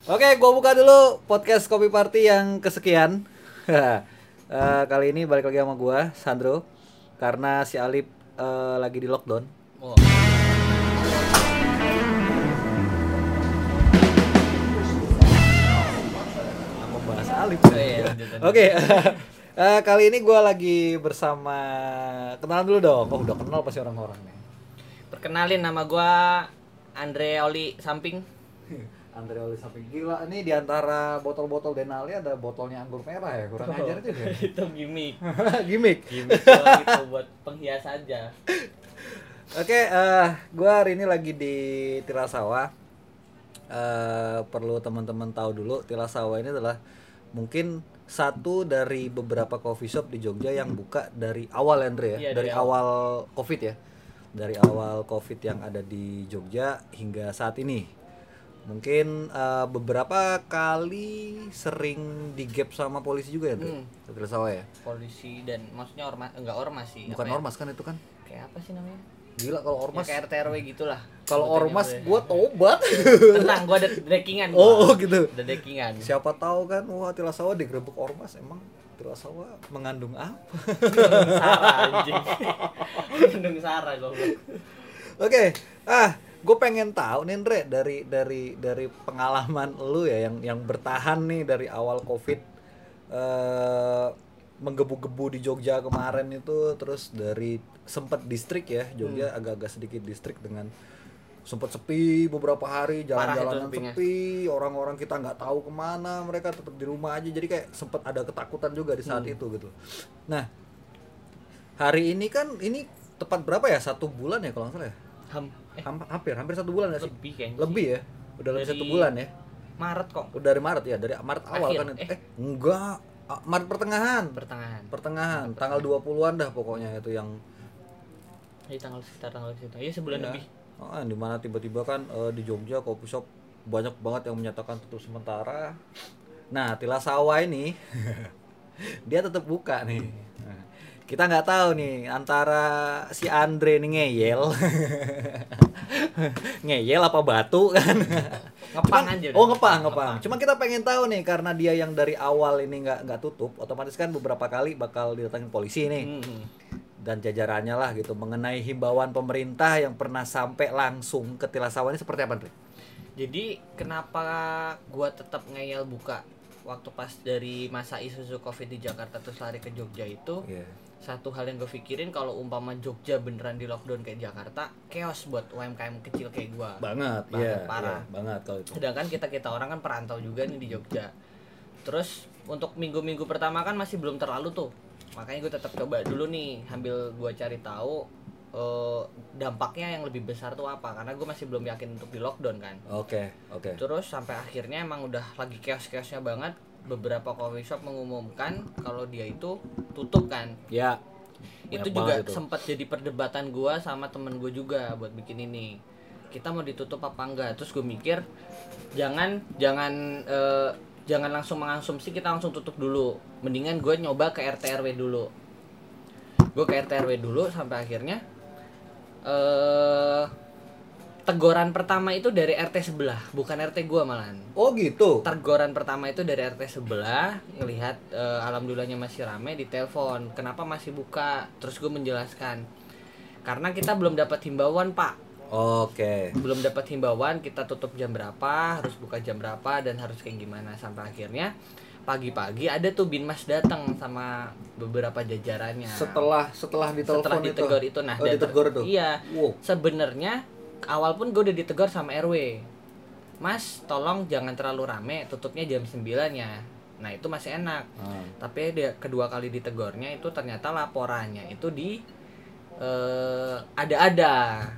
Oke, gua buka dulu podcast Kopi Party yang kesekian. Kali ini balik lagi sama gua, Sandro. Karena si Alip lagi di lockdown. Oh. Aku bahas Alip. Iya, Oke. Kali ini gua lagi bersama, kenalan dulu dong. Oh, udah kenal pasti orang-orang nih. Perkenalin, nama gua Andre Oli Samping. Andre Oli Samping. Gila, ini di antara botol-botol Denali ada botolnya anggur merah ya. Kurang ajar juga. Itu gimmick. Gimik. Gimmick doang itu buat penghias aja. Oke, gua hari ini lagi di Tirasawa. Perlu teman-teman tahu dulu, Tirasawa ini adalah mungkin satu dari beberapa coffee shop di Jogja yang buka dari awal, Andre ya. Iya, dari dari awal Covid ya. Dari awal Covid yang ada di Jogja hingga saat ini. Mungkin beberapa kali sering digap sama polisi juga ya, Andre? Tirasawa ya. Polisi dan maksudnya ormas, enggak ormas sih. Bukan apa ya? ormas kan itu kan? Kayak apa sih namanya? Gila kalau Ya, ormas. kayak RT RW gitulah. Kalau Sebutannya ormas udah. gua tobat. Tenang, gua ada dekingan. Oh, gitu. Ada dekingan. Siapa tahu kan, wah Tirasawa digerebek ormas, emang Tirasawa mengandung apa? Sarah anjing. Mengandung Sarah goblok. Oke, gue pengen tahu nih Andre, dari pengalaman lu ya yang bertahan nih dari awal Covid, menggebu-gebu di Jogja kemarin itu, terus dari sempat distrik ya, Jogja agak-agak sedikit distrik dengan sempat sepi beberapa hari, jalan-jalanan Parah itu sepinya. sepi, orang-orang kita nggak tahu kemana, mereka tetap di rumah aja, jadi kayak sempat ada ketakutan juga di saat itu gitu. Nah, hari ini kan ini tepat berapa ya, 1 bulan ya kalau nggak salah ya? Hampir 1 bulan nggak sih? Lebih kayaknya. Lebih ya, udah lebih Dari 1 bulan ya. Maret kok, Udah dari Maret ya, dari Maret awal Akhir, kan itu. Enggak, Maret pertengahan. pertengahan. Tanggal 20-an dah pokoknya itu yang Di sekitar tanggal segitu. Ya sebulan ya, lebih. di mana tiba-tiba kan di Jogja coffee shop banyak banget yang menyatakan tutup sementara. Nah, Tirasawa ini dia tetap buka nih. Nah, kita nggak tahu nih antara si Andre nih ngeyel, ngeyel apa batu kan? Ngepang aja udah. Oh, ngepang. Cuma kita pengen tahu nih, karena dia yang dari awal ini nggak tutup, otomatis kan beberapa kali bakal didatangin polisi nih. Dan jajarannya lah gitu, mengenai himbauan pemerintah yang pernah sampai langsung ke Tirasawa ini seperti apa, Andre? Jadi kenapa gua tetap ngeyel buka waktu pas dari masa isu Covid di Jakarta terus lari ke Jogja itu? Iya. Satu hal yang gue pikirin, kalau umpama Jogja beneran di lockdown kayak Jakarta, chaos buat UMKM kecil kayak gua. Banget, parah. banget kalau itu. Sedangkan kita orang kan perantau juga nih di Jogja. Terus untuk minggu-minggu pertama kan masih belum terlalu tuh. Makanya gue tetap coba dulu nih, sambil gue cari tahu dampaknya yang lebih besar tuh apa, karena gue masih belum yakin untuk di lockdown kan. Oke. Terus sampai akhirnya emang udah lagi chaos-chaosnya banget, beberapa coffee shop mengumumkan kalau dia itu tutup kan. Ya. Itu banyak juga banget itu. sempat jadi perdebatan gue sama temen gue juga buat bikin ini, kita mau ditutup apa enggak. Terus gue mikir jangan langsung mengasumsi kita langsung tutup dulu, mendingan gue nyoba ke RT RW dulu. Gue ke RT RW dulu sampai akhirnya teguran pertama itu dari RT sebelah, bukan RT gue malahan. Oh gitu. Teguran pertama itu dari RT sebelah, ngelihat alhamdulillahnya masih rame, ditelepon kenapa masih buka. Terus gue menjelaskan karena kita belum dapat himbauan, Pak. Oke. Belum dapat himbauan kita tutup jam berapa, harus buka jam berapa, dan harus kayak gimana. Sampai akhirnya pagi-pagi ada tuh Binmas datang sama beberapa jajarannya. Setelah ditelepon Setelah ditegur itu, nah ditegur tuh. iya. Wow. Sebenarnya awal pun gue udah ditegur sama RW. Mas, tolong jangan terlalu rame, tutupnya jam 9-nya. Nah, itu masih enak. Tapi dia kedua kali ditegurnya itu ternyata laporannya itu di ada-adain.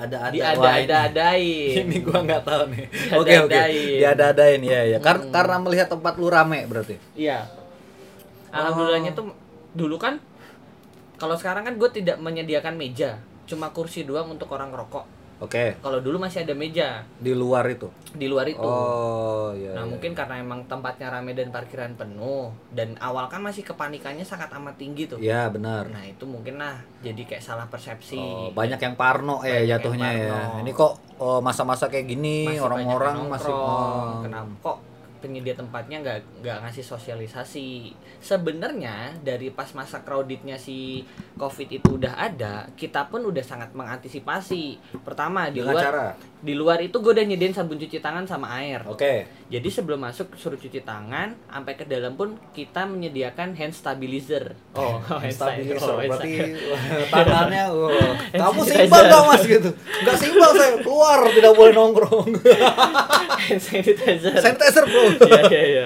Ini gua nggak tahu nih. Oke. Diada-adain ya. Karena melihat tempat lu rame berarti. Iya. Alhamdulillahnya tuh dulu kan, kalau sekarang kan gue tidak menyediakan meja, cuma kursi doang untuk orang rokok. Oke. Kalau dulu masih ada meja Di luar itu. di luar itu. Oh iya. Nah iya. mungkin karena emang tempatnya rame dan parkiran penuh, dan awal kan masih kepanikannya sangat amat tinggi tuh. Iya, benar. Nah itu mungkin lah jadi kayak salah persepsi. Banyak yang parno Banyak yang jatuhnya ya. parno. Ini kok masa-masa kayak gini Masih orang-orang banyak yang masih nongkrong. Kenapa kok penyedia tempatnya nggak ngasih sosialisasi? Sebenarnya dari pas masa crowdednya si COVID itu udah ada, kita pun udah sangat mengantisipasi. Pertama dengan cara. di luar itu gue udah nyediain sabun cuci tangan sama air. Oke. Jadi sebelum masuk suruh cuci tangan, sampai ke dalam pun kita menyediakan hand stabilizer. Hand stabilizer. hand Berarti sanitizer. tangannya kamu sanitizer. seimbang gak Mas gitu. Enggak seimbang saya, keluar tidak boleh nongkrong. Hand sanitizer. Sanitizer, Bro. Iya.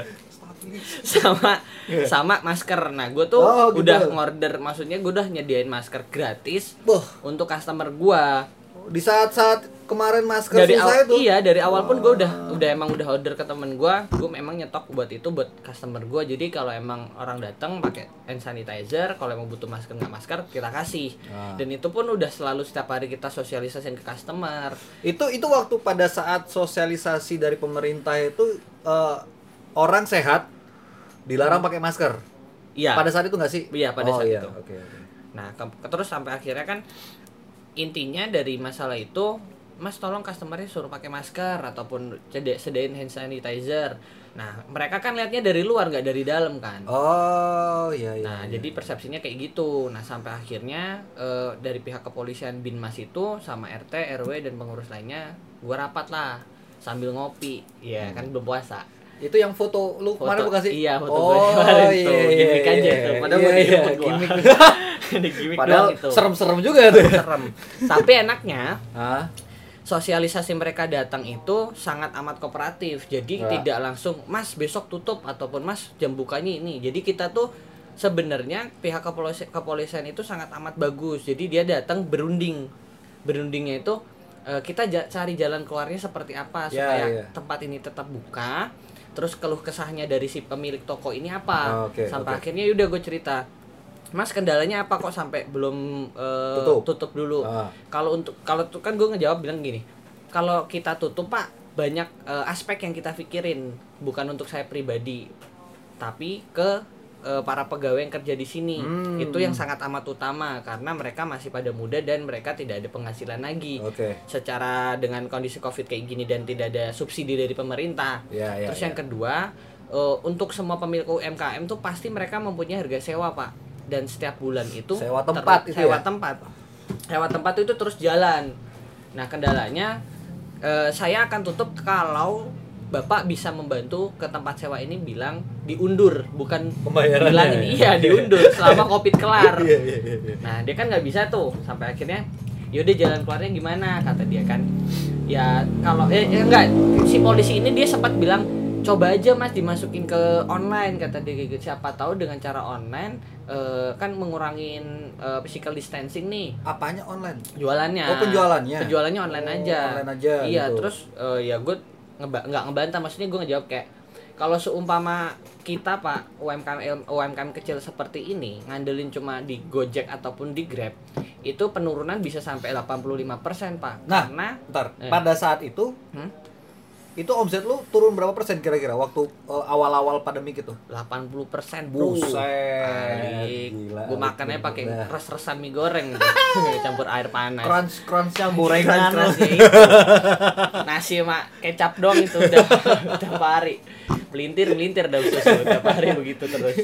Sama masker. Nah, gue tuh gitu. udah ngorder, maksudnya gue udah nyediain masker gratis untuk customer gue. Di saat-saat kemarin masker susah itu. Iya, dari awal pun gue udah order ke temen gue memang nyetok buat itu buat customer gue. Jadi kalau emang orang datang pakai hand sanitizer, kalau emang butuh masker nggak masker kita kasih. Dan itu pun udah selalu setiap hari kita sosialisasiin ke customer. Itu waktu pada saat sosialisasi dari pemerintah itu orang sehat dilarang pakai masker. Iya. Pada saat itu nggak sih? Iya, pada saat itu. Oke. Nah, terus sampai akhirnya kan intinya dari masalah itu, Mas tolong customernya suruh pakai masker ataupun sediain hand sanitizer. Nah, mereka kan lihatnya dari luar nggak dari dalam kan. Oh iya. Nah, jadi persepsinya kayak gitu. Nah, sampai akhirnya dari pihak kepolisian Binmas itu sama RT, RW dan pengurus lainnya, gua rapat lah sambil ngopi. Iya, kan belum puasa. Itu yang foto lu kemarin bukan sih? Iya, foto gue kemarin tuh. Gimik aja tuh. Padahal gue gimik gua. Gimik Padahal itu. serem-serem juga tuh. Serem. Tapi enaknya, sosialisasi mereka datang itu sangat amat kooperatif. Jadi tidak langsung, Mas besok tutup ataupun Mas jam bukanya ini. Jadi kita tuh sebenarnya pihak kepolisian itu sangat amat bagus. Jadi dia datang berunding. Berundingnya itu kita cari jalan keluarnya seperti apa supaya tempat ini tetap buka. Terus keluh kesahnya dari si pemilik toko ini apa? Sampai akhirnya udah gue cerita, Mas kendalanya apa kok sampai belum tutup dulu? Kalau kan gue ngejawab bilang gini, kalau kita tutup Pak banyak aspek yang kita pikirin, bukan untuk saya pribadi, tapi ke para pegawai yang kerja di sini. Itu yang sangat amat utama karena mereka masih pada muda dan mereka tidak ada penghasilan lagi. Secara dengan kondisi Covid kayak gini dan tidak ada subsidi dari pemerintah. Terus yang kedua, untuk semua pemilik UMKM tuh pasti mereka mempunyai harga sewa, Pak. Dan setiap bulan itu sewa tempat sewa tempat itu terus jalan. Nah, kendalanya saya akan tutup kalau Bapak bisa membantu ke tempat sewa ini bilang diundur, bukan bilang ini diundur selama Covid kelar. Nah, dia kan nggak bisa tuh. Sampai akhirnya yaudah jalan keluarnya gimana, kata dia kan. Ya kalau enggak, si polisi ini dia sempat bilang coba aja Mas dimasukin ke online, kata dia gitu. Siapa tahu dengan cara online kan mengurangin physical distancing nih. Apanya online? Jualannya. Oh, penjualannya. Penjualannya online aja. Online aja. Iya, gitu. Terus ya gue nggak ngebantah, maksudnya gue ngejawab kayak kalau seumpama kita Pak UMKM kecil seperti ini ngandelin cuma di Gojek ataupun di Grab, itu penurunan bisa sampai 85% Pak. Nah, karena pada saat itu itu omset lu turun berapa persen kira-kira waktu awal-awal pandemi gitu? 80%. Buset. Gue makannya pakai res-resan mie goreng gitu. Campur air panas. Crunch-crunchnya gorengan. Nasi sama kecap dong itu udah tiap hari. Melintir dah susu tiap hari begitu terus.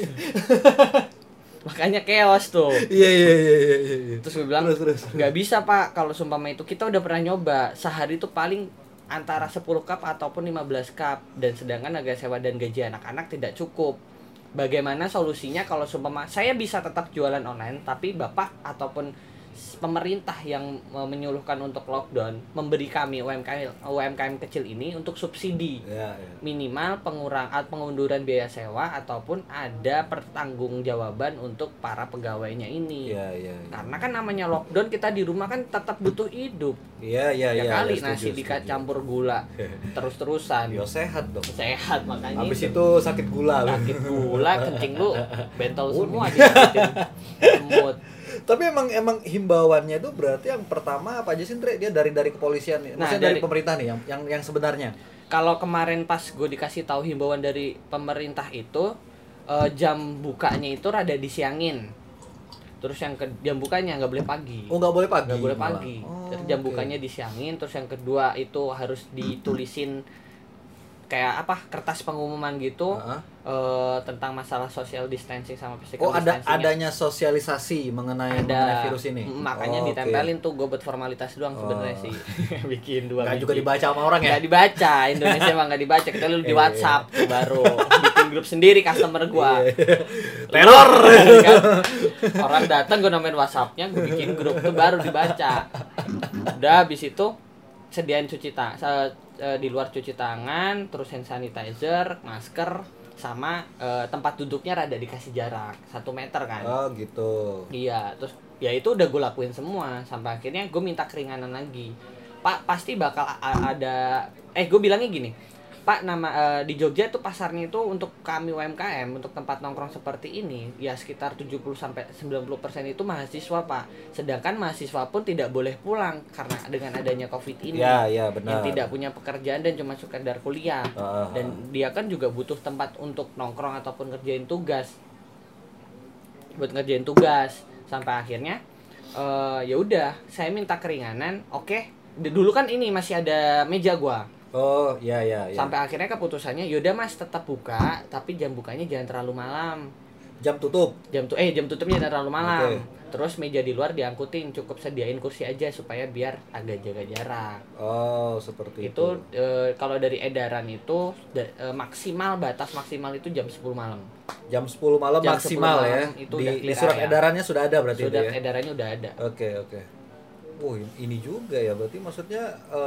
Makanya chaos tuh. Iya. Terus gue bilang nggak bisa Pak, kalau sumpama itu kita udah pernah nyoba sehari itu paling antara 10 cup ataupun 15 cup, dan sedangkan harga sewa dan gaji anak-anak tidak cukup. Bagaimana solusinya kalau sumpama saya bisa tetap jualan online tapi Bapak ataupun pemerintah yang menyuruhkan untuk lockdown memberi kami UMKM kecil ini untuk subsidi minimal pengunduran biaya sewa ataupun ada pertanggungjawaban untuk para pegawainya ini. Karena kan namanya lockdown, kita di rumah kan tetap butuh hidup. Kali nasi dicampur gula terus-terusan. Sehat dong. Sehat makanya. Habis itu sakit gula. Kencing lu bentol semua disakitin semut. Tapi emang himbauannya itu berarti yang pertama apa aja sih, Andre? Dia dari kepolisian nih. Maksudnya dari pemerintah nih yang sebenarnya. kalau kemarin pas gue dikasih tahu himbauan dari pemerintah itu jam bukanya itu rada disiangin. Terus yang jam bukanya nggak boleh pagi. Oh, nggak boleh pagi. Nggak boleh malah. pagi. Oh, Terus jam oke. bukanya disiangin. Terus yang kedua itu harus ditulisin kayak apa kertas pengumuman gitu tentang masalah social distancing sama physical Oh, ada distancing. adanya sosialisasi mengenai virus ini. Makanya Oh, oke. ditempelin tuh, gue buat formalitas doang sebenarnya sih. Bikin dua Nggak biji. juga dibaca sama orang ya? Nggak dibaca, Indonesia mah nggak dibaca. Kita lu di Iya. WhatsApp tuh baru bikin grup sendiri customer gua. Teror. Kan? Orang datang gue namain WhatsAppnya, gue bikin grup tuh baru dibaca. Udah habis itu sediain cuci tangan di luar cuci tangan, terus hand sanitizer, masker, sama tempat duduknya rada dikasih jarak 1 meter kan. Oh, gitu. Iya, terus ya itu udah gue lakuin semua sampai akhirnya gue minta keringanan lagi. Pak, pasti bakal ada gue bilangnya gini. Pak, nama di Jogja tuh pasarnya itu untuk kami UMKM, untuk tempat nongkrong seperti ini ya sekitar 70 sampai 90% itu mahasiswa, Pak. Sedangkan mahasiswa pun tidak boleh pulang karena dengan adanya Covid ini. Ya, benar. Yang tidak punya pekerjaan dan cuma sekedar kuliah. Dan dia kan juga butuh tempat untuk nongkrong ataupun ngerjain tugas. Buat ngerjain tugas sampai akhirnya ya udah saya minta keringanan. Oke. Dulu kan ini masih ada meja gua. Oh, ya. Sampai akhirnya keputusannya yaudah Mas tetap buka tapi jam bukanya jangan terlalu malam. Jam tutup. Jam tutupnya jangan terlalu malam. Oke. Terus meja di luar diangkutin, cukup sediain kursi aja supaya biar agak jaga jarak. Oh, seperti Itu kalau dari edaran itu batas maksimal itu jam 10 malam. Jam 10 malam Jam 10 maksimal malam ya. itu Di udah clear surat area. edarannya sudah ada berarti Sudah itu ya. edarannya udah ada. Oke. Oh, ini juga ya, berarti maksudnya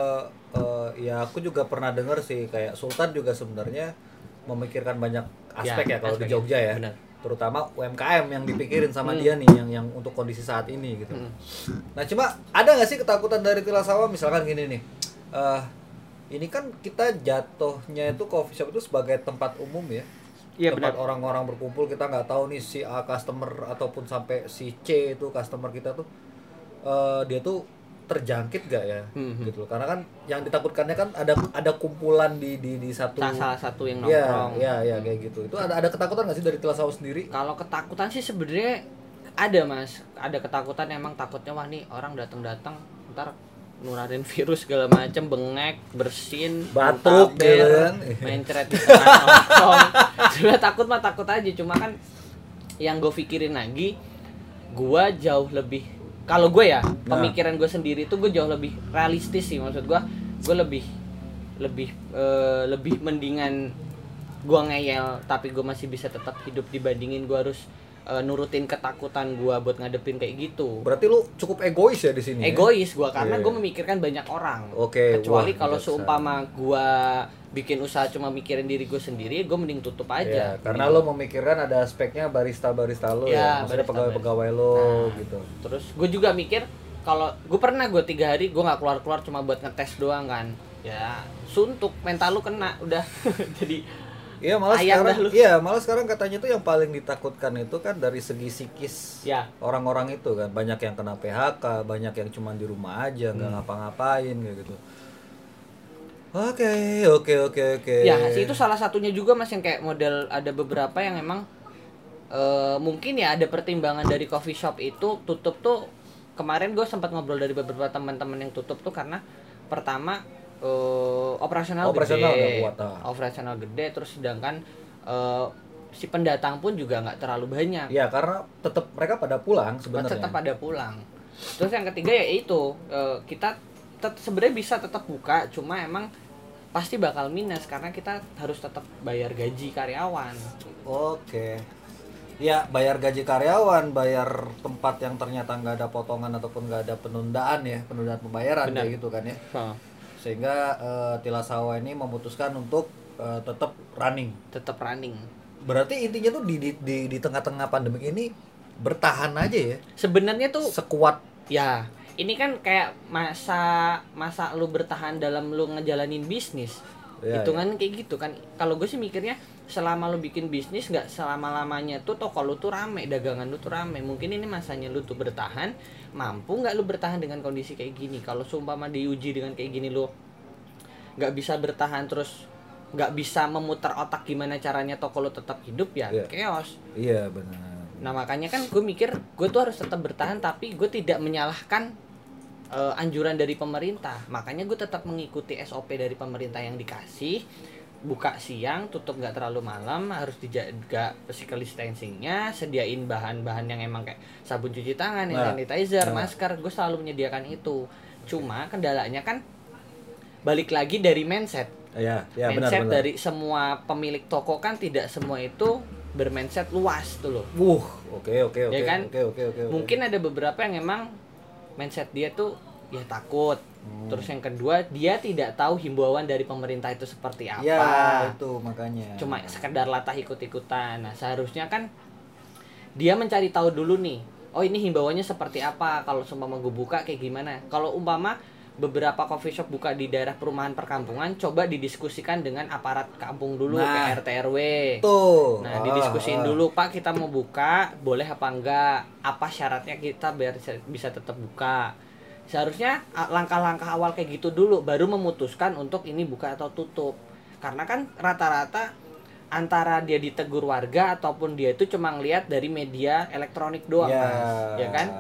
ya aku juga pernah dengar sih kayak Sultan juga sebenarnya memikirkan banyak aspek ya kalau di aspeknya. Jogja ya. Benar. Terutama UMKM yang dipikirin sama dia nih yang untuk kondisi saat ini gitu. Nah, cuma ada nggak sih ketakutan dari Tilasawa misalkan gini nih. Ini kan kita jatuhnya itu coffee shop itu sebagai tempat umum ya. Iya, Tempat benar. orang-orang berkumpul, kita nggak tahu nih si A customer ataupun sampai si C itu customer kita tuh dia tuh terjangkit gak ya gitu loh. Karena kan yang ditakutkannya kan ada kumpulan di satu Salah satu yang nongkrong. ya kayak gitu. Itu ada ketakutan nggak sih dari Tilasawa sendiri? Kalau ketakutan sih sebenarnya ada Mas, ada ketakutan emang takutnya wah nih orang datang ntar nularin virus segala macam, bengek, bersin, Batuk, muntaber, gitu kan. mencret di tengah nongkrong. Sebenarnya takut aja, cuma kan yang gue pikirin lagi, gue jauh lebih kalau gue ya pemikiran gue sendiri tuh gue jauh lebih realistis sih, maksud gue lebih mendingan gue ngeyel tapi gue masih bisa tetap hidup dibandingin gue harus nurutin ketakutan gue buat ngadepin kayak gitu. Berarti lu cukup egois ya di sini. Egois gue karena Iya. gue memikirkan banyak orang. Oke, Kecuali wah, kalau bijaksana. seumpama gue bikin usaha cuma mikirin diri gue sendiri, gue mending tutup aja. Ya, karena lo memikirkan ada aspeknya barista lo Ya, ya, maksudnya barista. pegawai lo Nah, gitu. Terus gue juga mikir kalau gue pernah 3 hari gue nggak keluar cuma buat ngetes doang kan. Ya suntuk, mental lu kena udah. Jadi Iya malah ayam sekarang, dah lu. iya malah sekarang katanya tuh yang paling ditakutkan itu kan dari segi psikis ya orang-orang itu kan, banyak yang kena PHK, banyak yang cuma di rumah aja nggak ngapa-ngapain kayak gitu. Oke. ya sih itu salah satunya juga Mas yang kayak model ada beberapa yang emang mungkin ya ada pertimbangan dari coffee shop itu tutup tuh. Kemarin gue sempat ngobrol dari beberapa teman-teman yang tutup tuh karena pertama operasional nggak gede, kuat, operasional gede, terus sedangkan si pendatang pun juga nggak terlalu banyak. Ya karena tetap mereka pada pulang sebenarnya. Tetap pada pulang. Terus yang ketiga ya itu kita sebenarnya bisa tetap buka, cuma emang pasti bakal minus karena kita harus tetap bayar gaji karyawan. Oke. Ya bayar gaji karyawan, bayar tempat yang ternyata nggak ada potongan ataupun nggak ada penundaan pembayaran Benar. kayak gitu kan ya. Sehingga Tilasawa ini memutuskan untuk tetap running. Tetap running. Berarti intinya tuh di tengah-tengah pandemi ini bertahan aja ya. Sebenarnya tuh Sekuat ya ini kan kayak masa lu bertahan dalam lu ngejalanin bisnis. Ya, Hitungan kayak gitu kan. Kalau gue sih mikirnya selama lu bikin bisnis nggak selama-lamanya tuh toko lu tuh rame, dagangan lu tuh rame. Mungkin ini masanya lu tuh bertahan, mampu nggak lu bertahan dengan kondisi kayak gini. Kalau seumpama diuji dengan kayak gini lu nggak bisa bertahan terus, nggak bisa memutar otak gimana caranya toko lo tetap hidup ya chaos. Iya benar. Nah makanya kan gue mikir gue tuh harus tetap bertahan, tapi gue tidak menyalahkan anjuran dari pemerintah. Makanya gue tetap mengikuti SOP dari pemerintah yang dikasih, buka siang, tutup nggak terlalu malam, harus dijaga physical distancingnya, sediain bahan-bahan yang emang kayak sabun cuci tangan, sanitizer, masker, gue selalu menyediakan itu. Cuma kendalanya kan balik lagi dari mindset. Mindset benar. Dari semua pemilik toko kan tidak semua itu bermindset luas tuh loh. Oke. Ya kan? Mungkin ada beberapa yang emang mindset dia tuh ya takut. Terus yang kedua, dia tidak tahu himbauan dari pemerintah itu seperti apa. Ya, itu makanya. Cuma sekedar latah ikut-ikutan. Nah, seharusnya kan dia mencari tahu dulu nih. Oh, ini himbauannya seperti apa? Kalau umpama gue buka kayak gimana? Kalau umpama beberapa coffee shop buka di daerah perumahan perkampungan, coba didiskusikan dengan aparat kampung dulu, kayak RT RW. Tuh. Nah, didiskusin dulu, Pak, kita mau buka, boleh apa enggak? Apa syaratnya kita biar bisa tetap buka? Seharusnya langkah-langkah awal kayak gitu dulu, baru memutuskan untuk ini buka atau tutup. Karena kan rata-rata antara dia ditegur warga ataupun dia itu cuma ngelihat dari media elektronik doang, Mas. Ya kan?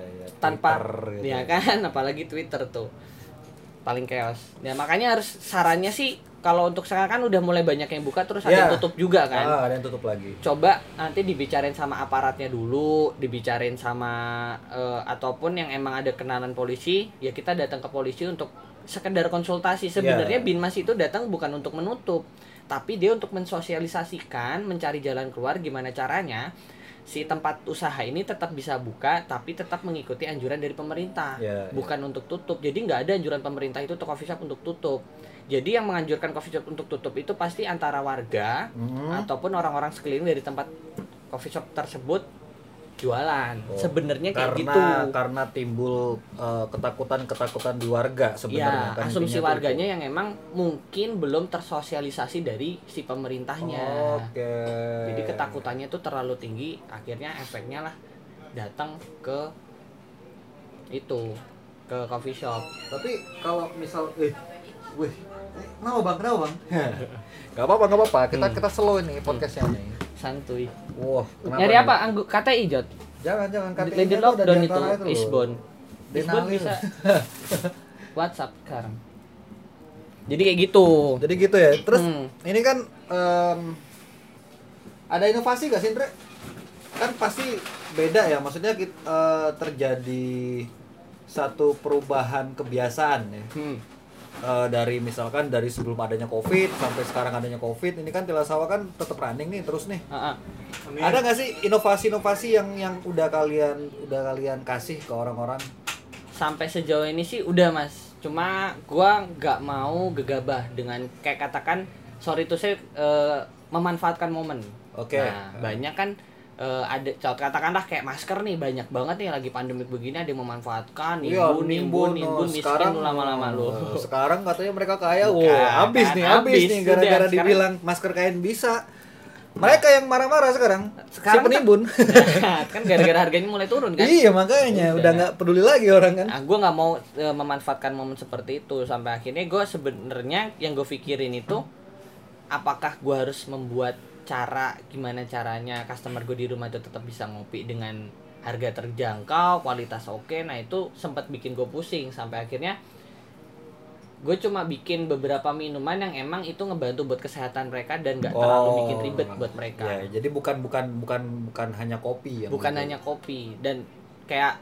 Tanpa Twitter, gitu. Ya kan, apalagi Twitter tuh paling chaos. Ya makanya harus sarannya sih, kalau untuk sekarang kan udah mulai banyak yang buka, terus ada yang tutup juga kan. Ada yang tutup lagi. Coba nanti dibicarain sama aparatnya dulu, dibicarain sama ataupun yang emang ada kenalan polisi, ya kita datang ke polisi untuk sekedar konsultasi. Sebenarnya Binmas itu datang bukan untuk menutup, tapi dia untuk mensosialisasikan, mencari jalan keluar gimana caranya si tempat usaha ini tetap bisa buka tapi tetap mengikuti anjuran dari pemerintah, bukan untuk tutup. Jadi nggak ada anjuran pemerintah itu coffee shop untuk tutup. Jadi yang menganjurkan coffee shop untuk tutup itu pasti antara warga ataupun orang-orang sekeliling dari tempat coffee shop tersebut jualan. Sebenarnya kayak gitu. Karena timbul ketakutan di warga sebenarnya. Ya, asumsi warganya yang emang mungkin belum tersosialisasi dari si pemerintahnya. Jadi ketakutannya itu terlalu tinggi, akhirnya efeknya lah datang ke itu, ke coffee shop. Tapi kalau misal kenapa bang? Gak apa-apa. Kita slow ini podcastnya nih. Santuy. Wah, nyari apa? KTI, Jot? Jangan KTI. Lady lockdown itu Isbon bisa WhatsApp sekarang. Jadi kayak gitu. Ya. Terus ini kan ada inovasi gak sih, Andre? Kan pasti beda ya. Maksudnya terjadi satu perubahan kebiasaan ya. Dari misalkan dari sebelum adanya COVID sampai sekarang adanya COVID, ini kan Tilasawa kan tetap running nih terus nih. Ada nggak sih inovasi-inovasi yang udah kalian kasih ke orang-orang? Sampai sejauh ini sih udah, Mas. Cuma gua nggak mau gegabah dengan kayak katakan sorry to say memanfaatkan momen. Nah, banyak kan ada katakanlah kayak masker nih, banyak banget nih lagi pandemik begini ada yang memanfaatkan nimbun miskin lama-lama lu. Sekarang katanya mereka kaya, habis nih gara-gara dibilang masker kain bisa. Mereka yang marah-marah sekarang si penimbun. Kan gara-gara harganya mulai turun kan. Iya makanya udah nggak peduli lagi orang kan. Nah, gue nggak mau memanfaatkan momen seperti itu, sampai akhirnya gue sebenarnya yang gue pikirin itu apakah gue harus membuat gimana caranya customer gue di rumah itu tetap bisa ngopi dengan harga terjangkau, kualitas oke. Nah itu sempat bikin gue pusing, sampai akhirnya gue cuma bikin beberapa minuman yang emang itu ngebantu buat kesehatan mereka dan nggak terlalu bikin ribet buat mereka. Ya, jadi bukan hanya kopi ya. Bukan hanya kopi, dan kayak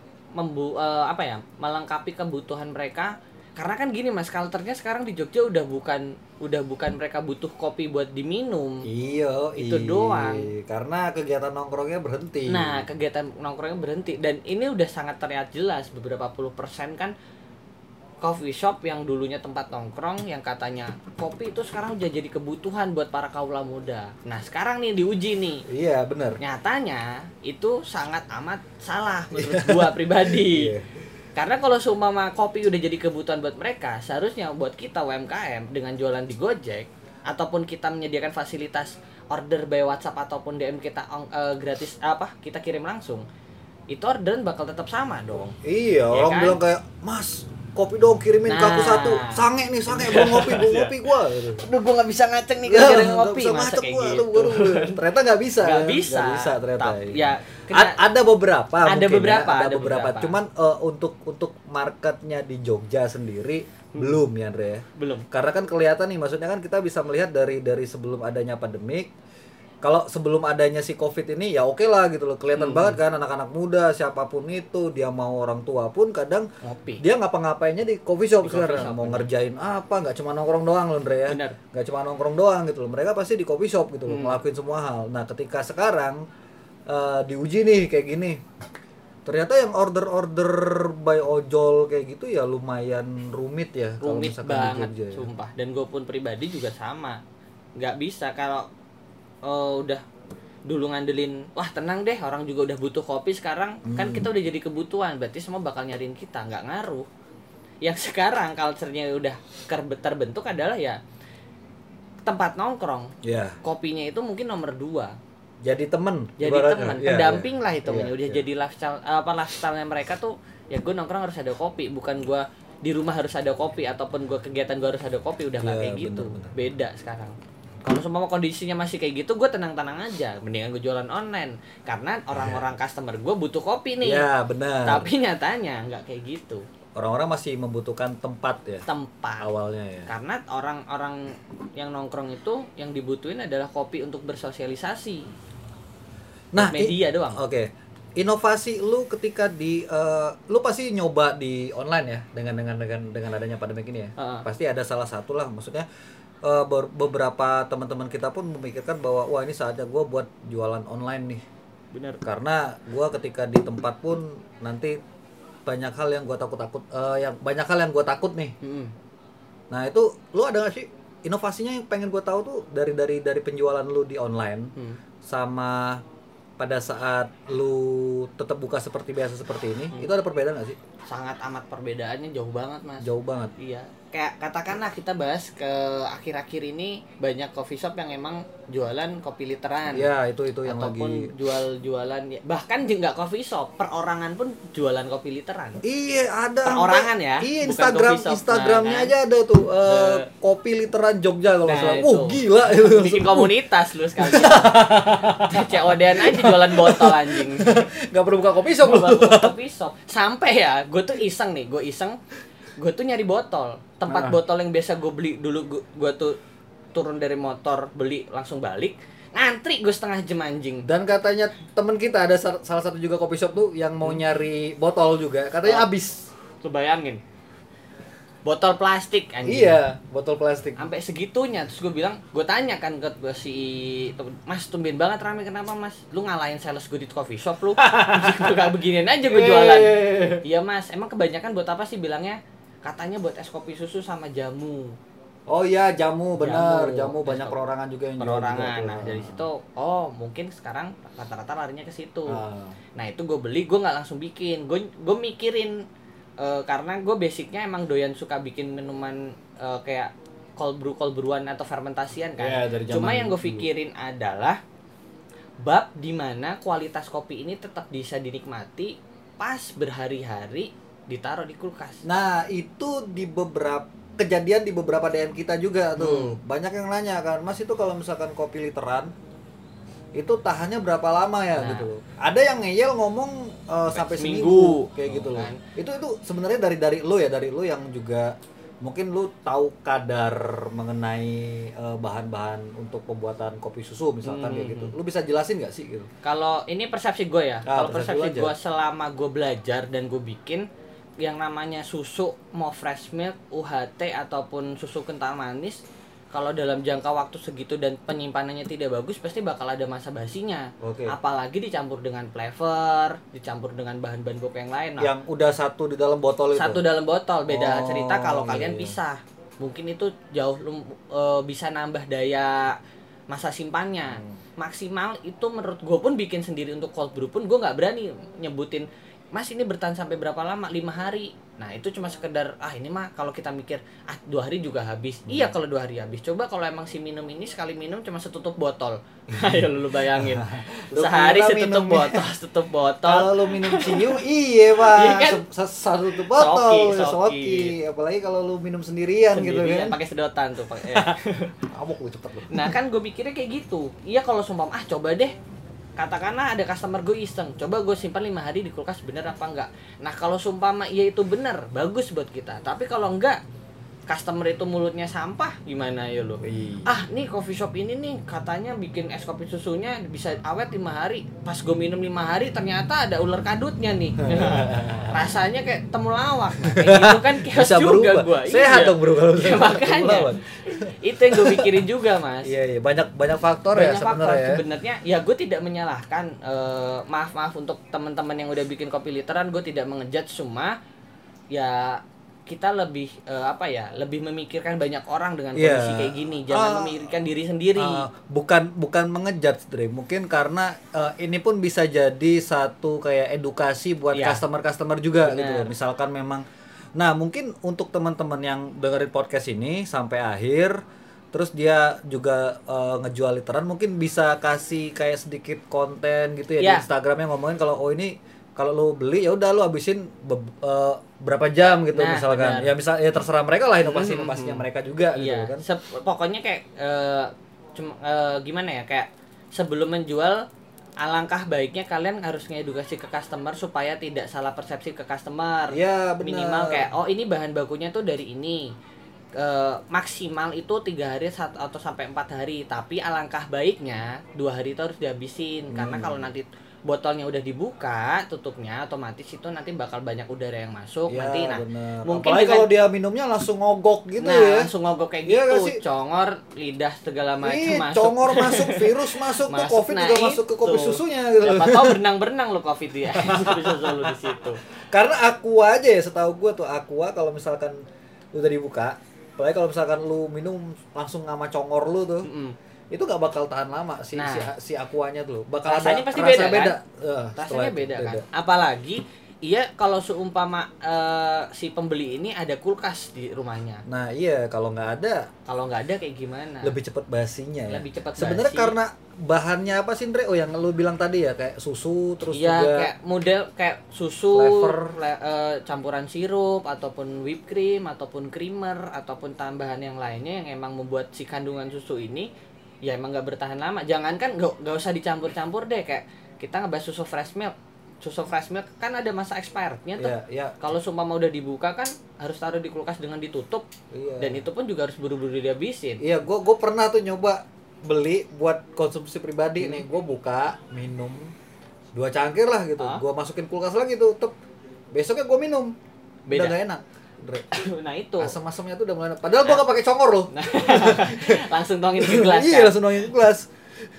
melengkapi kebutuhan mereka. Karena kan gini, Mas, culture-nya sekarang di Jogja udah bukan mereka butuh kopi buat diminum. Itu doang. Karena kegiatan nongkrongnya berhenti. Nah, kegiatan nongkrongnya berhenti, dan ini udah sangat terlihat jelas. Beberapa puluh persen kan coffee shop yang dulunya tempat nongkrong, yang katanya kopi itu sekarang udah jadi kebutuhan buat para kaula muda. Nah, sekarang nih diuji nih. Iya, benar. Nyatanya itu sangat amat salah menurut gua pribadi. Karena kalau seumpama kopi udah jadi kebutuhan buat mereka, seharusnya buat kita UMKM dengan jualan di Gojek ataupun kita menyediakan fasilitas order by WhatsApp ataupun DM kita gratis kita kirim langsung, itu orderan bakal tetap sama dong. Iya, orang bilang kayak, "Mas, kopi dong, kirimin ke aku Nah. satu. Sange nih, sange, belum ngopi gua gitu. Aduh, gue nggak bisa ngaceng nih Ya, gara-gara nggak ngopi, bisa masa macet kayak gua, gitu. ternyata nggak bisa. Nggak ya. bisa. Nggak bisa ternyata. Ya, kena- Ada beberapa Ada mungkin beberapa, ya, ada beberapa. Cuman untuk marketnya di Jogja sendiri belum ya Andre ya. Belum. Karena kan kelihatan nih, maksudnya kan kita bisa melihat dari sebelum adanya pandemik. Kalau sebelum adanya si Covid ini ya oke lah gitu loh. Kelihatan banget kan anak-anak muda siapapun itu, dia mau orang tua pun kadang Ngopi. dia ngapa-ngapainnya di coffee shop Di coffee sekarang. shop, Mau bener. ngerjain apa, nggak cuma nongkrong doang loh Andre ya. Bener. Nggak cuma nongkrong doang gitu loh. Mereka pasti di coffee shop gitu loh, ngelakuin semua hal. Nah, ketika sekarang diuji nih kayak gini. Ternyata yang order by ojol kayak gitu ya lumayan rumit ya kalau Rumit misalkan banget, di Jogja ya. sumpah. Dan gue pun pribadi juga sama. Nggak bisa kalau udah dulu ngandelin, wah tenang deh, orang juga udah butuh kopi sekarang, kan kita udah jadi kebutuhan, berarti semua bakal nyariin kita, nggak ngaruh. Yang sekarang culture-nya udah terbentuk adalah ya tempat nongkrong, Ya, kopinya itu mungkin nomor 2. jadi temen. Jadi ibaratnya. teman, Iya, pendamping iya. lah hitungannya. Iya, Udah iya. jadi lifestyle-nya mereka tuh, ya gue nongkrong harus ada kopi, bukan gue di rumah harus ada kopi, ataupun gue kegiatan gue harus ada kopi, udah nggak Iya, kayak gitu. bener-bener. Beda sekarang. Kalau semua kondisinya masih kayak gitu, gue tenang-tenang aja. Mendingan gue jualan online, karena orang-orang customer gue butuh kopi nih. Iya, benar. Tapi nyatanya nggak kayak gitu. Orang-orang masih membutuhkan tempat ya Tempat. awalnya ya. Karena orang-orang yang nongkrong itu yang dibutuhin adalah kopi untuk bersosialisasi. Nah, Media doang. Oke. Inovasi lu ketika lu pasti nyoba di online ya dengan adanya pandemi ini ya. Heeh. Pasti ada salah satu lah, maksudnya beberapa teman-teman kita pun memikirkan bahwa wah ini saatnya gue buat jualan online nih. Bener. Karena gue ketika di tempat pun nanti banyak hal yang gue takut takut nih. Nah itu lu ada gak sih inovasinya yang pengen gue tahu tuh dari penjualan lu di online sama pada saat lu tetap buka seperti biasa seperti ini, itu ada perbedaan gak sih? Sangat amat perbedaannya jauh banget, Mas. Jauh banget. Iya, kayak katakanlah kita bahas ke akhir-akhir ini banyak coffee shop yang emang jualan kopi literan. Ya itu yang ataupun lagi. jualan ya, bahkan nggak coffee shop, perorangan pun jualan kopi literan. Iya ada. Perorangan ya, Iya bukan coffee shop. Instagramnya Nah, kan? aja ada tuh kopi literan Jogja kalau nggak Nah, salah. itu. Gila itu. Bikin komunitas lu sekali. COD-an aja jualan botol anjing. Gak perlu buka kopi shop. Baru kopi shop. Sampai ya, gue tuh iseng, gue tuh nyari botol. Tempat botol yang biasa gue beli dulu, gue tuh turun dari motor beli langsung balik, ngantri gue setengah jam anjing. Dan katanya temen kita ada salah satu juga kopi shop tuh yang mau nyari botol juga, katanya habis. Lu bayangin, botol plastik anjing. Iya, botol plastik. Sampai segitunya. Terus gue bilang, gue tanya kan ke si Mas, tumben banget rame, kenapa Mas? Lu ngalahin sales gue di coffee shop lu. Gak beginian aja gue jualan. Iya Mas, emang kebanyakan buat apa sih bilangnya? Katanya buat es kopi susu sama jamu. Oh iya, jamu benar, jamu Jamu. banyak perorangan juga yang jual Perorangan. juga tuh. Nah dari situ, oh mungkin sekarang rata-rata larinya ke situ. Ah. Nah itu gue beli, gue nggak langsung bikin, gue mikirin karena gue basicnya emang doyan suka bikin minuman kayak cold brewan atau fermentasian kan. Iya, dari zaman Cuma yang gue dulu. pikirin adalah bab dimana kualitas kopi ini tetap bisa dinikmati pas berhari-hari ditaruh di kulkas. Nah, itu kejadian di beberapa DM kita juga tuh. Banyak yang nanya kan, Mas itu kalau misalkan kopi literan itu tahannya berapa lama ya Nah. gitu. Ada yang ngeyel ngomong sampai seminggu. seminggu kayak gitu loh. Kan. Itu sebenarnya dari lu yang juga mungkin lu tahu kadar mengenai bahan-bahan untuk pembuatan kopi susu misalkan kayak gitu. Lu bisa jelasin nggak sih gitu? Kalau ini persepsi gue ya, kalau persepsi persepsi lu aja. gue selama gue belajar dan gue bikin yang namanya susu, mau fresh milk, UHT ataupun susu kental manis, kalau dalam jangka waktu segitu dan penyimpanannya tidak bagus, pasti bakal ada masa basinya. Oke. Apalagi dicampur dengan flavor, dicampur dengan bahan-bahan kopi yang lain. Nah, Yang udah satu di dalam botol itu. satu dalam botol, beda Oh, cerita kalau iya, kalian iya. pisah. Mungkin itu jauh bisa nambah daya masa simpannya. Maksimal itu menurut gue pun bikin sendiri untuk cold brew pun gue nggak berani nyebutin, Mas ini bertahan sampai berapa lama? 5 hari. Nah itu cuma sekedar ini mah kalau kita mikir 2 hari juga habis. Iya kalau 2 hari habis. Coba kalau emang si minum ini sekali minum cuma setutup botol. Ayo lu bayangin. Lu Sehari kira setutup minumnya- botol, setutup botol. Kalau lu minum ciu, iya pak, Iya kan? satu tuh botol, Soki. soki. Apalagi kalau lu minum sendirian, gitu Sendirian, kan. pakai sedotan tuh pakai. Mabuk lu cepet lu. Nah kan gue mikirnya kayak gitu. Iya kalau sumpah coba deh. Katakanlah ada customer gue iseng, coba gue simpan 5 hari di kulkas bener apa enggak. Nah kalau sumpama iya itu bener, bagus buat kita. Tapi kalau enggak, customer itu mulutnya sampah, gimana ya lo? Nih coffee shop ini nih katanya bikin es kopi susunya bisa awet 5 hari. Pas gue minum 5 hari ternyata ada ular kadutnya nih. Rasanya kayak temulawak. Nah, kayak gitu kan chaos Bisa juga berubah. gue. Sehat dong bro kalau Ya, makanya. Itu yang gue pikirin juga mas. Iya, banyak faktor Banyak ya faktor sebenarnya. sebenarnya. Ya gue tidak menyalahkan. Maaf untuk teman-teman yang udah bikin kopi literan, gue tidak mengejudge, cuma ya kita lebih lebih memikirkan banyak orang dengan kondisi kayak gini. Jangan memikirkan diri sendiri. Bukan mengejudge, Dre. Mungkin karena ini pun bisa jadi satu kayak edukasi buat Iya. customer juga Bener. gitu loh. Misalkan memang, nah mungkin untuk teman-teman yang dengerin podcast ini sampai akhir, terus dia juga ngejual literan, mungkin bisa kasih kayak sedikit konten gitu ya di Iya. Instagramnya ngomongin kalau ini kalau lu beli ya udah lu habisin berapa jam gitu Nah, misalkan. benar. Ya misal ya terserah mereka lah inovasinya mereka juga Iya. gitu kan. Pokoknya kayak gimana ya, kayak sebelum menjual, alangkah baiknya kalian harus ngedukasi ke customer supaya tidak salah persepsi ke customer. Iya, benar. Minimal kayak ini bahan bakunya tuh dari ini. Maksimal itu 3 hari atau sampai 4 hari, tapi alangkah baiknya 2 hari itu harus dihabisin. Karena kalau nanti botolnya udah dibuka tutupnya, otomatis itu nanti bakal banyak udara yang masuk. Ya, nanti bener. mungkin Apalagi dengan- kalau dia minumnya langsung ngogok gitu nah, ya. langsung ngogok kayak Iya nggak gitu, sih? congor, lidah segala macam Ih, masuk. congor masuk, virus masuk, tuh Masuk. covid Nah, juga masuk ke kopi itu. susunya gitu. Siapa tahu berenang-berenang lo covid ya. Bisa selalu di situ. Karena aqua aja ya, setahu gua tuh aqua kalau misalkan udah dibuka, apalagi kalau misalkan lu minum langsung sama congor lu tuh, itu gak bakal tahan lama si Nah. si aquanya tuh. Bakal Rasanya ada pasti rasa beda, kan? Setelah Rasanya itu beda kan. Apalagi kalau seumpama si pembeli ini ada kulkas di rumahnya. Nah iya, kalau nggak ada Kalau nggak ada kayak gimana? lebih cepet basinya ya. Lebih cepat Sebenarnya basi. karena bahannya apa sih, Andre? Oh yang lu bilang tadi ya, kayak susu terus Iya, juga kayak model kayak susu, flavor. campuran sirup ataupun whipped cream ataupun creamer ataupun tambahan yang lainnya yang emang membuat si kandungan susu ini ya emang nggak bertahan lama. Jangankan nggak usah dicampur-campur deh, kayak kita ngebahas susu fresh milk. Susu fresh milk kan ada masa expirednya tuh. Iya, iya. Kalau sumpah udah dibuka kan harus taruh di kulkas dengan ditutup. Iya. Dan itu pun juga harus buru-buru dihabisin. Iya, gue pernah tuh nyoba beli buat konsumsi pribadi nih. Gue buka, minum 2 cangkir lah gitu. Gue masukin kulkas lagi tuh, besoknya gue minum. Beda. Udah gak enak. Dre. Nah itu. Asam-asamnya tuh udah mulai enak. Padahal gue gak pakai congor loh. Nah, langsung tongin ke gelas Iya, kan. langsung nongin ke gelas.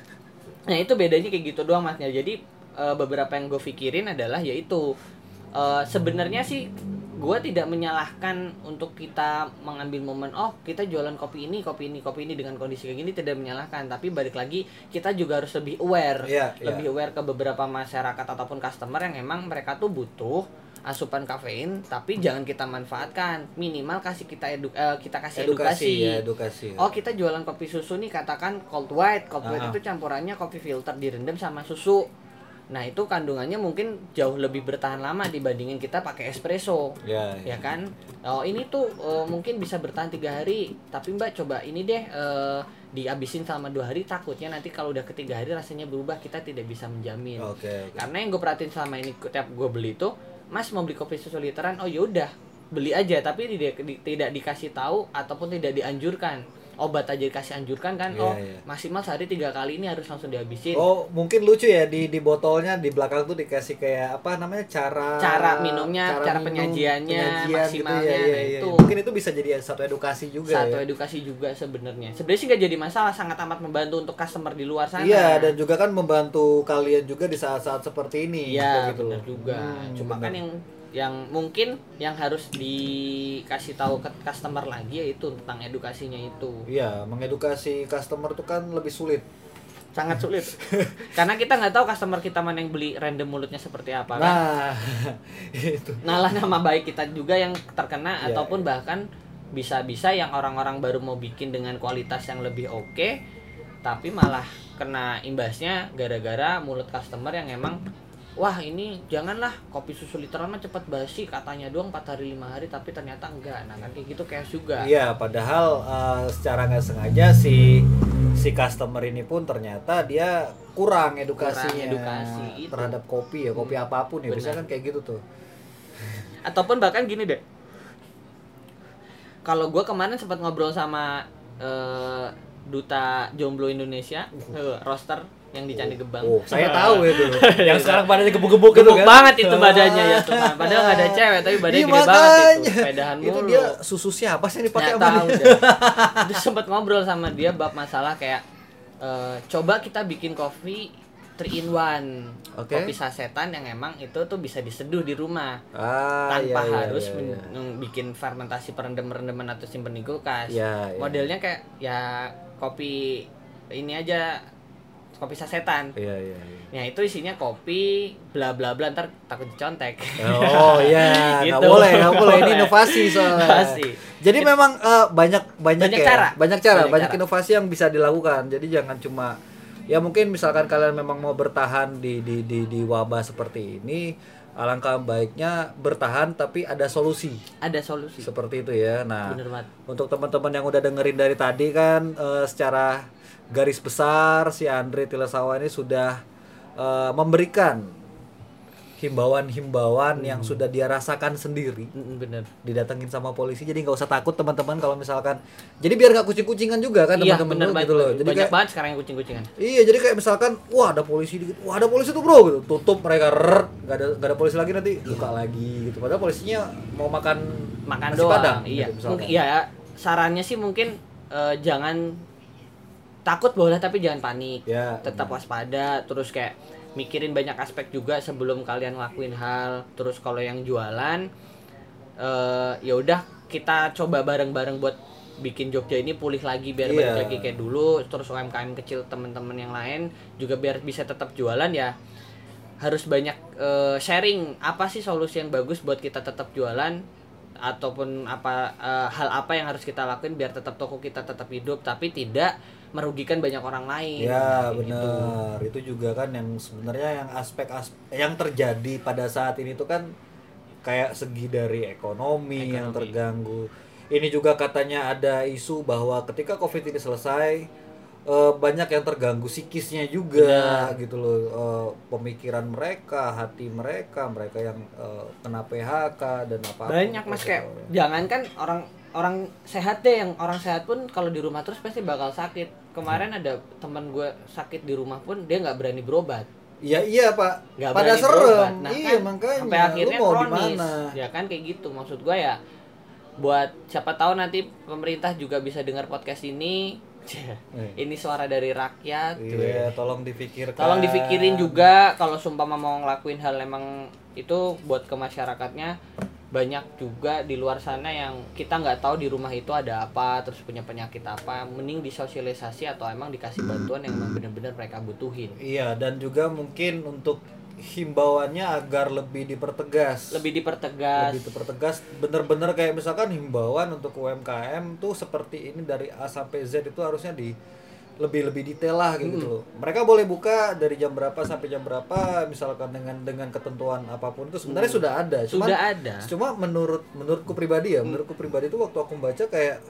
Nah itu bedanya kayak gitu doang masnya. Jadi beberapa yang gue pikirin adalah yaitu sebenarnya sih gue tidak menyalahkan untuk kita mengambil momen kita jualan kopi ini dengan kondisi kayak gini, tidak menyalahkan, tapi balik lagi kita juga harus lebih aware, lebih aware ke beberapa masyarakat ataupun customer yang emang mereka tuh butuh asupan kafein, tapi jangan kita manfaatkan, minimal kasih kita kasih edukasi. Edukasi. Oh kita jualan kopi susu nih, katakan cold white itu campurannya kopi filter direndam sama susu. Nah itu kandungannya mungkin jauh lebih bertahan lama dibandingin kita pakai espresso, ya kan? Oh ini tuh mungkin bisa bertahan 3 hari, tapi mbak coba ini deh dihabisin selama 2 hari, takutnya nanti kalau udah ke 3 hari rasanya berubah, kita tidak bisa menjamin. Karena yang gue perhatiin selama ini tiap gue beli tuh, mas mau beli kopi susu literan, oh yaudah beli aja, tapi tidak dikasih tahu ataupun tidak dianjurkan. Obat aja dikasih anjurkan kan, maksimal sehari 3 kali ini harus langsung dihabisin. Oh mungkin lucu ya di botolnya di belakang tuh dikasih kayak apa namanya, cara minumnya, cara penyajiannya, maksimalnya gitu, nah itu. Mungkin itu bisa jadi satu edukasi juga. Edukasi juga sebenarnya sih nggak jadi masalah, sangat amat membantu untuk customer di luar sana. Iya, dan juga kan membantu kalian juga di saat-saat seperti ini. Iya gitu. benar juga. Cuma kan yang mungkin yang harus dikasih tahu ke customer lagi yaitu tentang edukasinya itu. Iya, mengedukasi customer tuh kan lebih sulit. sangat sulit. Karena kita nggak tahu customer kita mana yang beli random mulutnya seperti apa kan. Nah, itu. Malah nama baik kita juga yang terkena Iya, ataupun bahkan bisa-bisa yang orang-orang baru mau bikin dengan kualitas yang lebih oke, tapi malah kena imbasnya gara-gara mulut customer yang emang wah ini janganlah kopi susu literan mah cepat basi katanya doang 4 hari 5 hari tapi ternyata enggak. Nah kan kayak gitu chaos juga. Iya, padahal secara nggak sengaja si customer ini pun ternyata dia kurang edukasinya edukasi, itu. terhadap kopi ya, kopi apapun ya, Benar. biasanya kan kayak gitu tuh. Ataupun bahkan gini deh, kalau gue kemarin sempat ngobrol sama duta jomblo Indonesia, roster yang di Candi Gebang. Oh, saya tahu itu. Yang sekarang badannya gebuk-gebuk gitu Gebuk kan. banget itu badannya ya tuh. Padahal nggak ada cewek tapi badannya Iya, gede banget itu. makanya. Sepedahan mulu. Itu dia susu siapa sih yang dipakai Nggak sama tahu dia? deh. Terus sempat ngobrol sama dia bab masalah kayak coba kita bikin kopi 3 in 1. Oke. Kopi sasetan yang emang itu tuh bisa diseduh di rumah. Ah, Tanpa iya, harus iya. bikin fermentasi perendam-rendaman atau simpen di kulkas. Iya, iya. Modelnya kayak ya kopi ini aja, kopi sasetan. Iya, iya, iya. Nah itu isinya kopi bla bla bla, ntar takut dicontek. Oh iya, Gitu. nggak boleh. Ini inovasi soalnya. Inovasi. Jadi memang banyak Banyak ya, cara. banyak Banyak cara. inovasi yang bisa dilakukan. Jadi jangan cuma ya mungkin misalkan kalian memang mau bertahan di wabah seperti ini, alangkah baiknya bertahan tapi ada solusi. Ada solusi. Seperti itu ya. Nah, Bener banget. untuk teman-teman yang udah dengerin dari tadi kan secara garis besar si Andre Tilasawa ini sudah memberikan himbauan-himbauan yang sudah dia rasakan sendiri, Bener. didatengin sama polisi. Jadi nggak usah takut teman-teman kalau misalkan, jadi biar nggak kucing-kucingan juga kan Iya teman-teman bener tuh, banget. gitu loh. Jadi Banyak kayak, banget sekarang yang kucing-kucingan. iya, jadi kayak misalkan wah ada polisi dikit, wah ada polisi tuh bro gitu, tutup mereka, nggak ada polisi lagi, nanti buka lagi gitu, padahal polisinya mau makan nasi Doang. padang Iya. gitu, misalkan. Mungkin ya sarannya sih mungkin jangan takut boleh tapi jangan panik. Ya, Tetap waspada, terus kayak mikirin banyak aspek juga sebelum kalian ngelakuin hal. Terus kalau yang jualan ya udah kita coba bareng-bareng buat bikin Jogja ini pulih lagi biar Iya. balik lagi kayak dulu. Terus UMKM kecil teman-teman yang lain juga biar bisa tetap jualan ya. Harus banyak sharing apa sih solusi yang bagus buat kita tetap jualan, ataupun apa hal apa yang harus kita lakuin biar tetap toko kita tetap hidup tapi tidak merugikan banyak orang lain. Ya Kayak gitu. benar, itu juga kan yang sebenarnya yang aspek-aspek yang terjadi pada saat ini tuh kan kayak segi dari ekonomi yang terganggu. Ini juga katanya ada isu bahwa ketika COVID ini selesai banyak yang terganggu psikisnya juga gitu loh, pemikiran mereka, hati mereka yang kena PHK dan apa. Banyak mas, kayak jangankan orang sehat deh, yang orang sehat pun kalau di rumah terus pasti bakal sakit. Kemarin ada teman gue sakit di rumah pun dia nggak berani berobat. Iya pak, Nggak pada berani serem. berobat. Nah, Iya kan, makanya. sampai akhirnya lu mau kronis. dimana? Ya kan kayak gitu. Maksud gue ya buat siapa tahu nanti pemerintah juga bisa dengar podcast ini. Ini suara dari rakyat. Iya, tolong dipikirkan. Tolong dipikirin juga kalau sumpama mau ngelakuin hal emang itu buat ke masyarakatnya. Banyak juga di luar sana yang kita nggak tahu di rumah itu ada apa, terus punya penyakit apa, mending disosialisasi atau emang dikasih bantuan yang emang benar-benar mereka butuhin. Iya, dan juga mungkin untuk himbauannya agar lebih dipertegas. Lebih dipertegas. Bener-bener kayak misalkan himbauan untuk UMKM tuh seperti ini dari A sampai Z itu harusnya lebih detail lah gitu loh. Mereka boleh buka dari jam berapa sampai jam berapa misalkan dengan ketentuan apapun itu sebenarnya sudah ada. Cuma menurutku pribadi ya, menurutku pribadi itu waktu aku baca kayak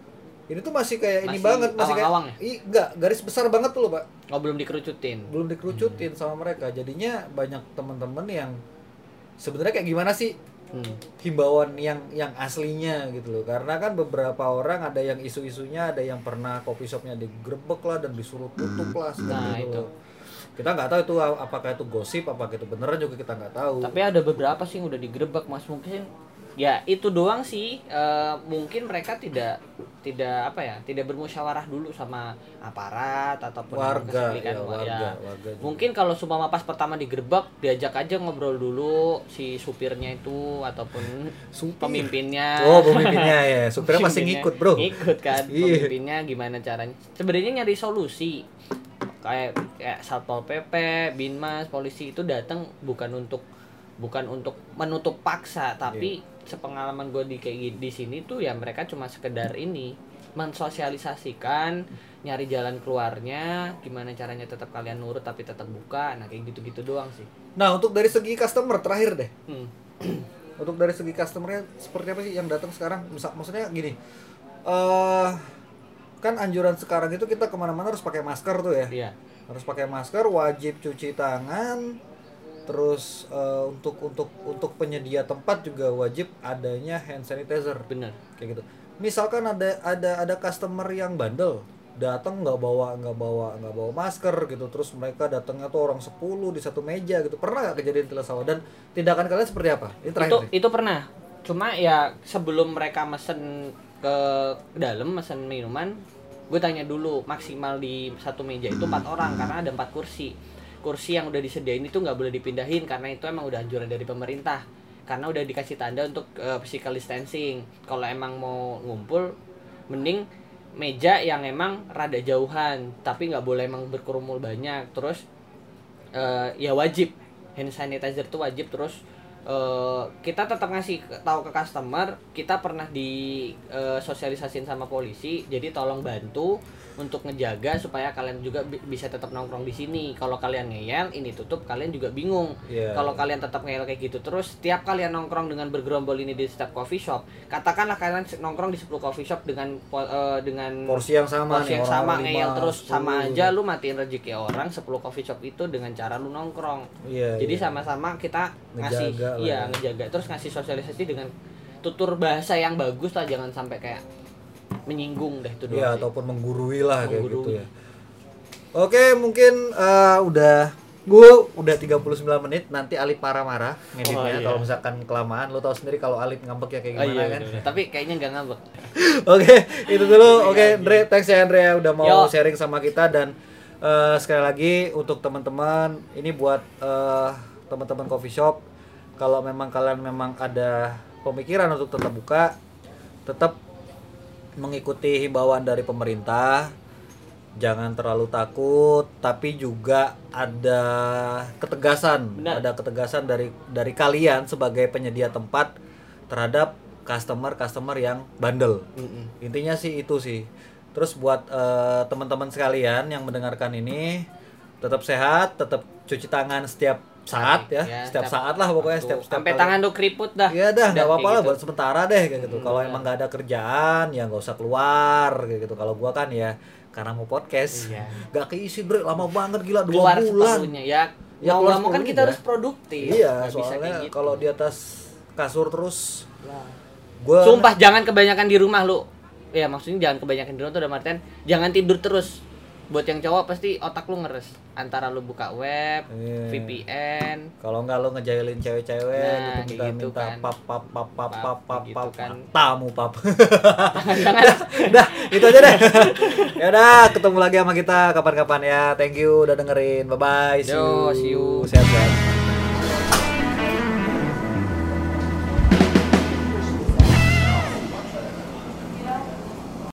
ini tuh masih kayak ini banget, masih kayak awang-awang ya? enggak, garis besar banget tuh loh, Pak. Oh, belum dikerucutin. Sama mereka. Jadinya banyak teman-teman yang sebenarnya kayak gimana sih himbauan yang aslinya gitu loh. Karena kan beberapa orang ada yang isu-isunya, ada yang pernah coffee shopnya digerebek lah dan disuruh tutup lah seperti itu. Kita nggak tahu itu apakah itu gosip, apakah itu beneran juga kita nggak tahu. Tapi ada beberapa sih yang udah digerebek mas, mungkin ya itu doang sih. Mungkin mereka tidak bermusyawarah dulu sama aparat ataupun warga. Mungkin kalau seumpama pas pertama digerebek diajak aja ngobrol dulu si supirnya itu ataupun pemimpinnya. Oh, pemimpinnya ya. Supirnya pasti ngikut, Bro. Ngikut kan. Iya. Pemimpinnya gimana caranya. Sebenarnya nyari solusi. kayak Satpol PP, Binmas, polisi itu datang bukan untuk menutup paksa, tapi sepengalaman gue di sini tuh ya mereka cuma sekedar ini mensosialisasikan, nyari jalan keluarnya, gimana caranya tetap kalian nurut tapi tetap buka, nah kayak gitu-gitu doang sih. Nah, untuk dari segi customer terakhir deh. Untuk dari segi customernya seperti apa sih yang datang sekarang? Maksudnya gini, kan anjuran sekarang itu kita kemana-mana harus pakai masker tuh ya. Iya. Harus pakai masker, wajib cuci tangan, terus untuk penyedia tempat juga wajib adanya hand sanitizer. Bener. Kayak gitu. Misalkan ada customer yang bandel, datang nggak bawa masker gitu, terus mereka datangnya tuh orang 10 di satu meja gitu. Pernah nggak kejadian Tila Sawah? Dan tindakan kalian seperti apa? Ini terakhir. Itu pernah. Cuma ya sebelum mereka mesen ke dalam mesen minuman, gue tanya dulu maksimal di satu meja itu 4 orang karena ada 4 kursi yang udah disediain itu nggak boleh dipindahin karena itu emang udah anjuran dari pemerintah, karena udah dikasih tanda untuk physical distancing. Kalau emang mau ngumpul mending meja yang emang rada jauhan tapi nggak boleh emang berkerumun banyak. Terus ya wajib hand sanitizer tuh wajib. Terus kita tetap ngasih tahu ke customer, kita pernah di sosialisasin sama polisi, jadi tolong bantu untuk ngejaga supaya kalian juga bisa tetap nongkrong di sini. Kalau kalian ngeyel ini tutup, kalian juga bingung. Kalau kalian tetap ngeyel kayak gitu terus, tiap kalian nongkrong dengan bergerombol ini di setiap coffee shop, katakanlah kalian nongkrong di 10 coffee shop dengan porsi yang sama, ngeyel terus, sama aja lu matiin rezeki orang. 10 coffee shop itu dengan cara lu nongkrong. Jadi sama-sama kita ngejaga terus ngasih sosialisasi dengan tutur bahasa yang bagus lah, jangan sampai kayak menyinggung deh itu doang. Iya, ataupun menggurui lah kayak gitu ya. Oke, mungkin gue udah 39 menit, nanti Alip marah-marah ngeditnya kalau misalkan kelamaan. Lo tau sendiri kalau Alip ngambek ya kayak gimana kan. Tapi kayaknya nggak ngambek. Oke, itu dulu. Oke, Andre, thanks ya Andre udah mau sharing sama kita. Dan sekali lagi untuk teman-teman, ini buat teman-teman coffee shop, kalau memang kalian memang ada pemikiran untuk tetap buka, tetap mengikuti himbauan dari pemerintah, jangan terlalu takut, tapi juga ada ketegasan. Benar. Ada ketegasan dari kalian sebagai penyedia tempat terhadap customer yang bandel. Intinya sih itu sih. Terus buat teman-teman sekalian yang mendengarkan ini, tetap sehat, tetap cuci tangan setiap saat setiap saat lah pokoknya, setiap sampai tangan lu keriput dah. Iya dah, nggak apa-apa lah buat sementara deh kayak gitu. Kalau emang nggak ada kerjaan ya nggak usah keluar kayak gitu. Kalau gua kan ya karena mau podcast, nggak keisi Bre, lama banget gila 2 bulan. Ya mau nggak mau kan kita harus produktif. Iya, soalnya gitu. Kalau di atas kasur terus, gua sumpah jangan kebanyakan di rumah lu. Ya maksudnya jangan kebanyakan di rumah tuh, udah artian jangan tidur terus. Buat yang cowok pasti otak lu ngeres antara lu buka web, VPN. Kalau enggak lu ngejailin cewek-cewek gitu kan. Pap tamu pap. Jangan. Dah, itu aja deh. Ya udah, ketemu lagi sama kita kapan-kapan ya. Thank you udah dengerin. Bye bye. See you. Sehat-sehat.